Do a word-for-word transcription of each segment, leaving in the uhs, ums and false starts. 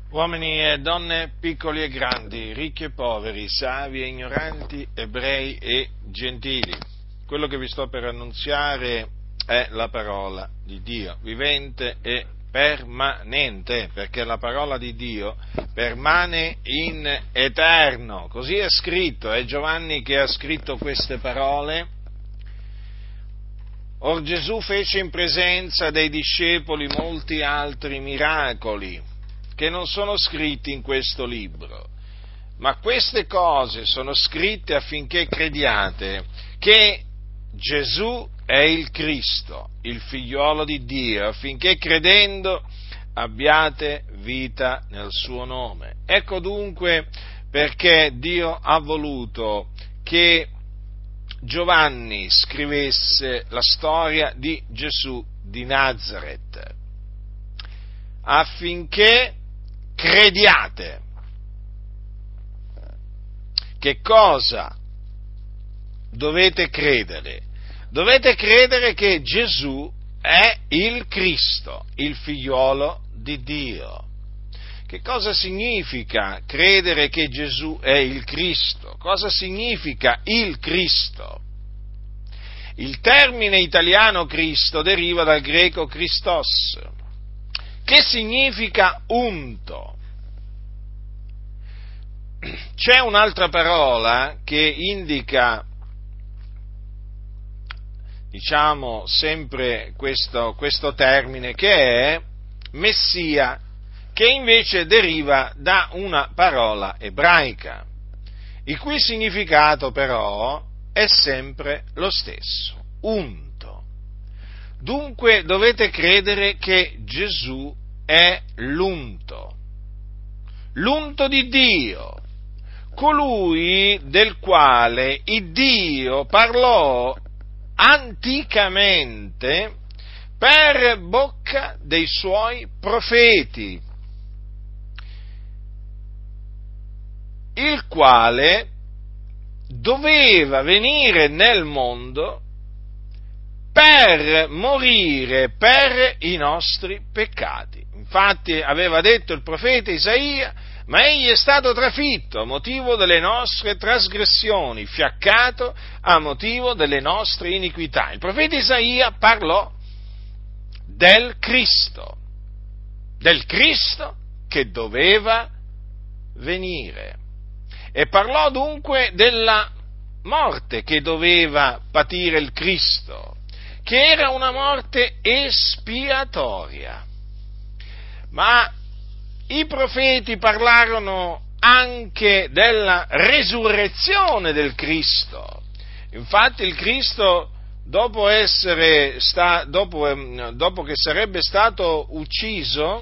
Uomini e donne, piccoli e grandi, ricchi e poveri, savi e ignoranti, ebrei e gentili. Quello che vi sto per annunziare è la parola di Dio, vivente e permanente, perché la parola di Dio permane in eterno. Così è scritto, è Giovanni che ha scritto queste parole. Or Gesù fece in presenza dei discepoli molti altri miracoli, che non sono scritti in questo libro, ma queste cose sono scritte affinché crediate che Gesù è il Cristo, il figliuolo di Dio, affinché credendo abbiate vita nel suo nome. Ecco dunque perché Dio ha voluto che Giovanni scrivesse la storia di Gesù di Nazaret, affinché crediate. Che cosa dovete credere? Dovete credere che Gesù è il Cristo, il figliuolo di Dio. Che cosa significa credere che Gesù è il Cristo? Cosa significa il Cristo? Il termine italiano Cristo deriva dal greco Christos, che significa unto. C'è un'altra parola che indica, diciamo, sempre questo, questo termine, che è Messia, che invece deriva da una parola ebraica, il cui significato però è sempre lo stesso, unto. Dunque dovete credere che Gesù è l'unto, l'unto di Dio, colui del quale il Dio parlò anticamente per bocca dei suoi profeti, il quale doveva venire nel mondo per morire per i nostri peccati. Infatti aveva detto il profeta Isaia: ma egli è stato trafitto a motivo delle nostre trasgressioni, fiaccato a motivo delle nostre iniquità. Il profeta Isaia parlò del Cristo, del Cristo che doveva venire, e parlò dunque della morte che doveva patire il Cristo, che era una morte espiatoria. Ma i profeti parlarono anche della resurrezione del Cristo. Infatti il Cristo, dopo essere sta, dopo, dopo che sarebbe stato ucciso,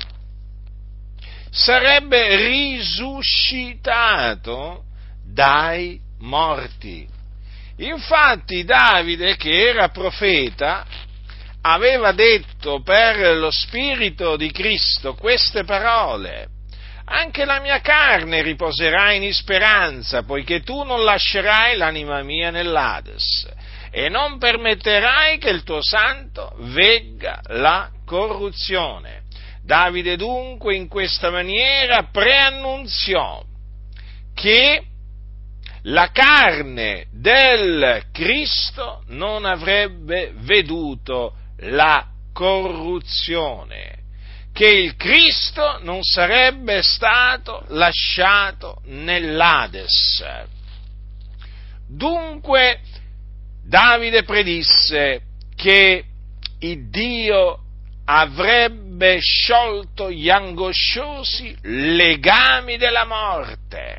sarebbe risuscitato dai morti. Infatti Davide, che era profeta, aveva detto per lo Spirito di Cristo queste parole: anche la mia carne riposerà in speranza, poiché tu non lascerai l'anima mia nell'Ades e non permetterai che il tuo santo vegga la corruzione. Davide dunque in questa maniera preannunziò che la carne del Cristo non avrebbe veduto la corruzione, che il Cristo non sarebbe stato lasciato nell'Ades. Dunque Davide predisse che il Dio avrebbe sciolto gli angosciosi legami della morte.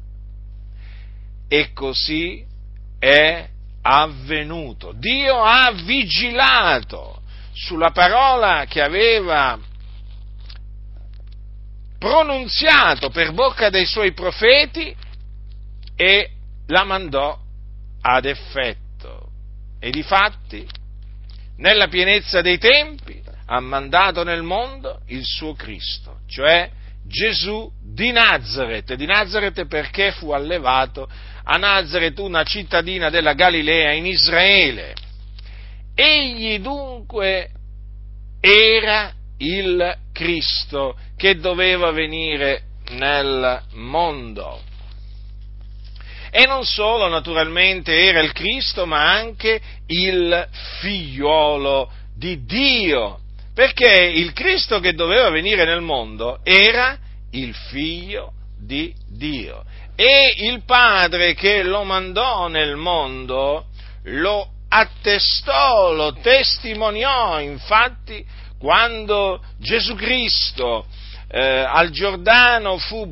E così è avvenuto. Dio ha vigilato sulla parola che aveva pronunziato per bocca dei suoi profeti e la mandò ad effetto. E difatti, nella pienezza dei tempi, ha mandato nel mondo il suo Cristo, cioè Gesù di Nazaret. Di Nazaret perché fu allevato a Nazaret, una cittadina della Galilea in Israele. Egli dunque era il Cristo che doveva venire nel mondo. E non solo, naturalmente, era il Cristo, ma anche il figliolo di Dio, perché il Cristo che doveva venire nel mondo era il figlio di Dio. E il Padre che lo mandò nel mondo lo attestò, lo testimoniò, infatti, quando Gesù Cristo eh, al Giordano fu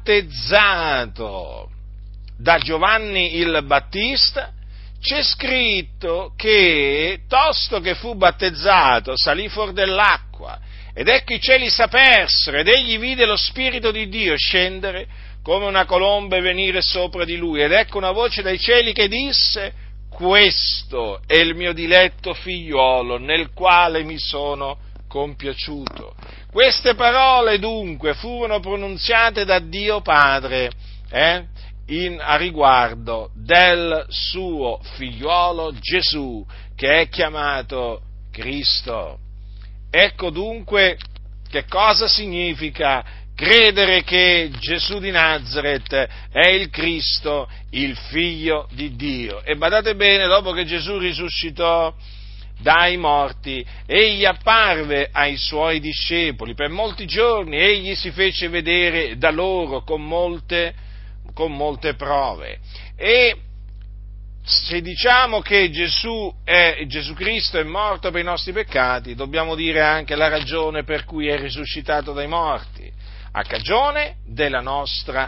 battezzato da Giovanni il Battista, c'è scritto che, tosto che fu battezzato, salì fuori dell'acqua, ed ecco i cieli s'apersero, ed egli vide lo Spirito di Dio scendere come una colomba e venire sopra di lui, ed ecco una voce dai cieli che disse: questo è il mio diletto figliuolo, nel quale mi sono compiaciuto. Queste parole dunque furono pronunziate da Dio Padre, eh? In, a riguardo del suo figliuolo Gesù, che è chiamato Cristo. Ecco dunque che cosa significa credere che Gesù di Nazaret è il Cristo, il Figlio di Dio. E badate bene, dopo che Gesù risuscitò dai morti, egli apparve ai suoi discepoli per molti giorni, egli si fece vedere da loro con molte con molte prove. E se diciamo che Gesù, è, Gesù Cristo è morto per i nostri peccati, dobbiamo dire anche la ragione per cui è risuscitato dai morti, a cagione della nostra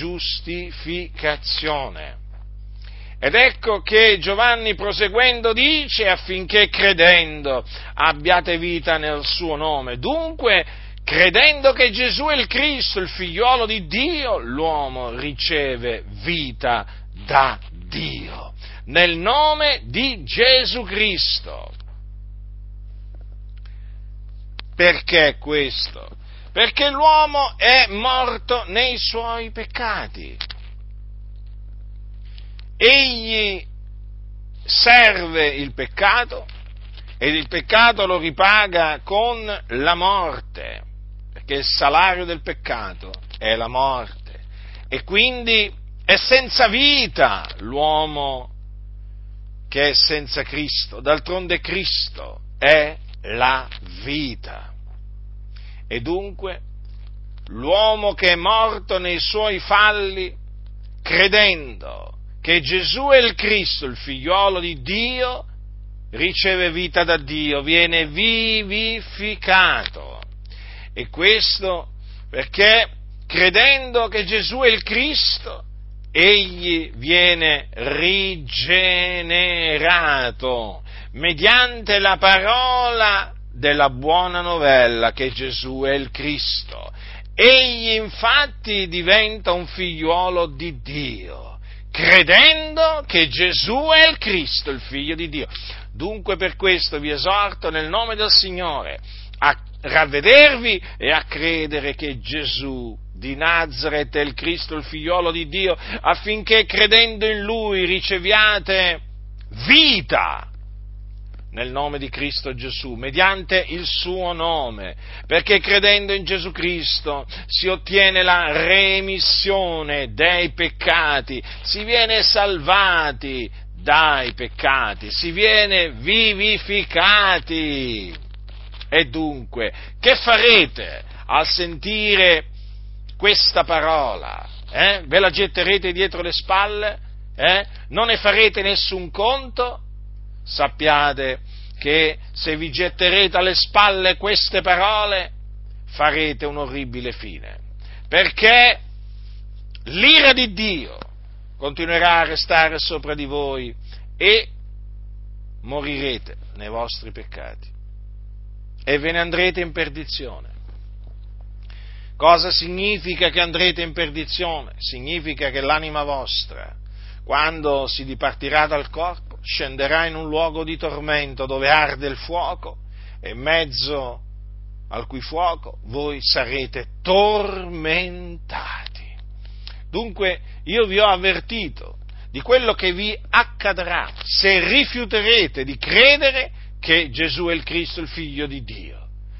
giustificazione. Ed ecco che Giovanni, proseguendo, dice: affinché credendo abbiate vita nel suo nome. Dunque, credendo che Gesù è il Cristo, il figliuolo di Dio, l'uomo riceve vita da Dio, nel nome di Gesù Cristo. Perché questo? Perché l'uomo è morto nei suoi peccati. Egli serve il peccato ed il peccato lo ripaga con la morte, perché il salario del peccato è la morte, e quindi è senza vita l'uomo che è senza Cristo. D'altronde Cristo è la vita. E dunque l'uomo che è morto nei suoi falli, credendo che Gesù è il Cristo, il figliuolo di Dio, riceve vita da Dio, viene vivificato. E questo perché, credendo che Gesù è il Cristo, egli viene rigenerato mediante la parola della buona novella che Gesù è il Cristo. Egli infatti diventa un figliuolo di Dio, credendo che Gesù è il Cristo, il Figlio di Dio. Dunque per questo vi esorto nel nome del Signore a ravvedervi e a credere che Gesù di Nazaret è il Cristo, il Figliolo di Dio, affinché credendo in Lui riceviate vita nel nome di Cristo Gesù, mediante il suo nome, perché credendo in Gesù Cristo si ottiene la remissione dei peccati, si viene salvati dai peccati, si viene vivificati. E dunque, che farete al sentire questa parola? Eh? Ve la getterete dietro le spalle? Eh? Non ne farete nessun conto? Sappiate che se vi getterete alle spalle queste parole farete un orribile fine, perché l'ira di Dio continuerà a restare sopra di voi e morirete nei vostri peccati e ve ne andrete in perdizione. Cosa significa che andrete in perdizione? Significa che l'anima vostra, quando si dipartirà dal corpo, scenderà in un luogo di tormento dove arde il fuoco, e in mezzo al cui fuoco voi sarete tormentati. Dunque io vi ho avvertito di quello che vi accadrà se rifiuterete di credere che Gesù è il Cristo, il Figlio di Dio.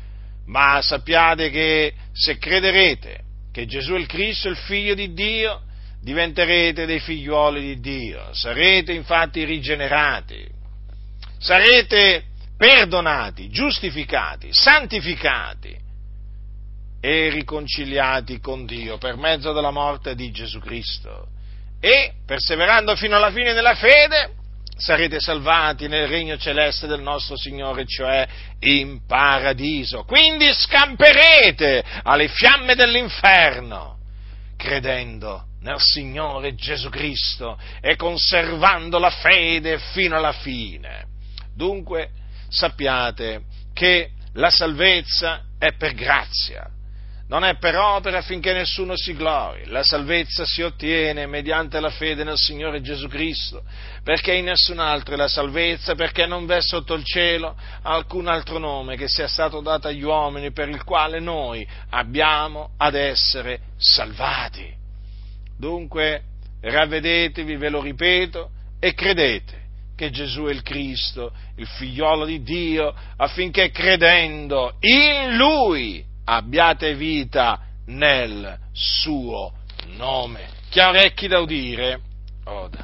ma sappiate che se crederete che Gesù è il Cristo, il Figlio di Dio, diventerete dei figliuoli di Dio, sarete infatti rigenerati, sarete perdonati, giustificati, santificati e riconciliati con Dio per mezzo della morte di Gesù Cristo. E, perseverando fino alla fine della fede, sarete salvati nel regno celeste del nostro Signore, cioè in paradiso. Quindi scamperete alle fiamme dell'inferno, credendo nel Signore Gesù Cristo e conservando la fede fino alla fine. Dunque, sappiate che la salvezza è per grazia, non è per opera affinché nessuno si glori. La salvezza si ottiene mediante la fede nel Signore Gesù Cristo, perché in nessun altro è la salvezza, perché non v'è sotto il cielo alcun altro nome che sia stato dato agli uomini per il quale noi abbiamo ad essere salvati. Dunque, ravvedetevi, ve lo ripeto, e credete che Gesù è il Cristo, il figliolo di Dio, affinché credendo in Lui abbiate vita nel suo nome. Chi ha orecchi da udire, oda.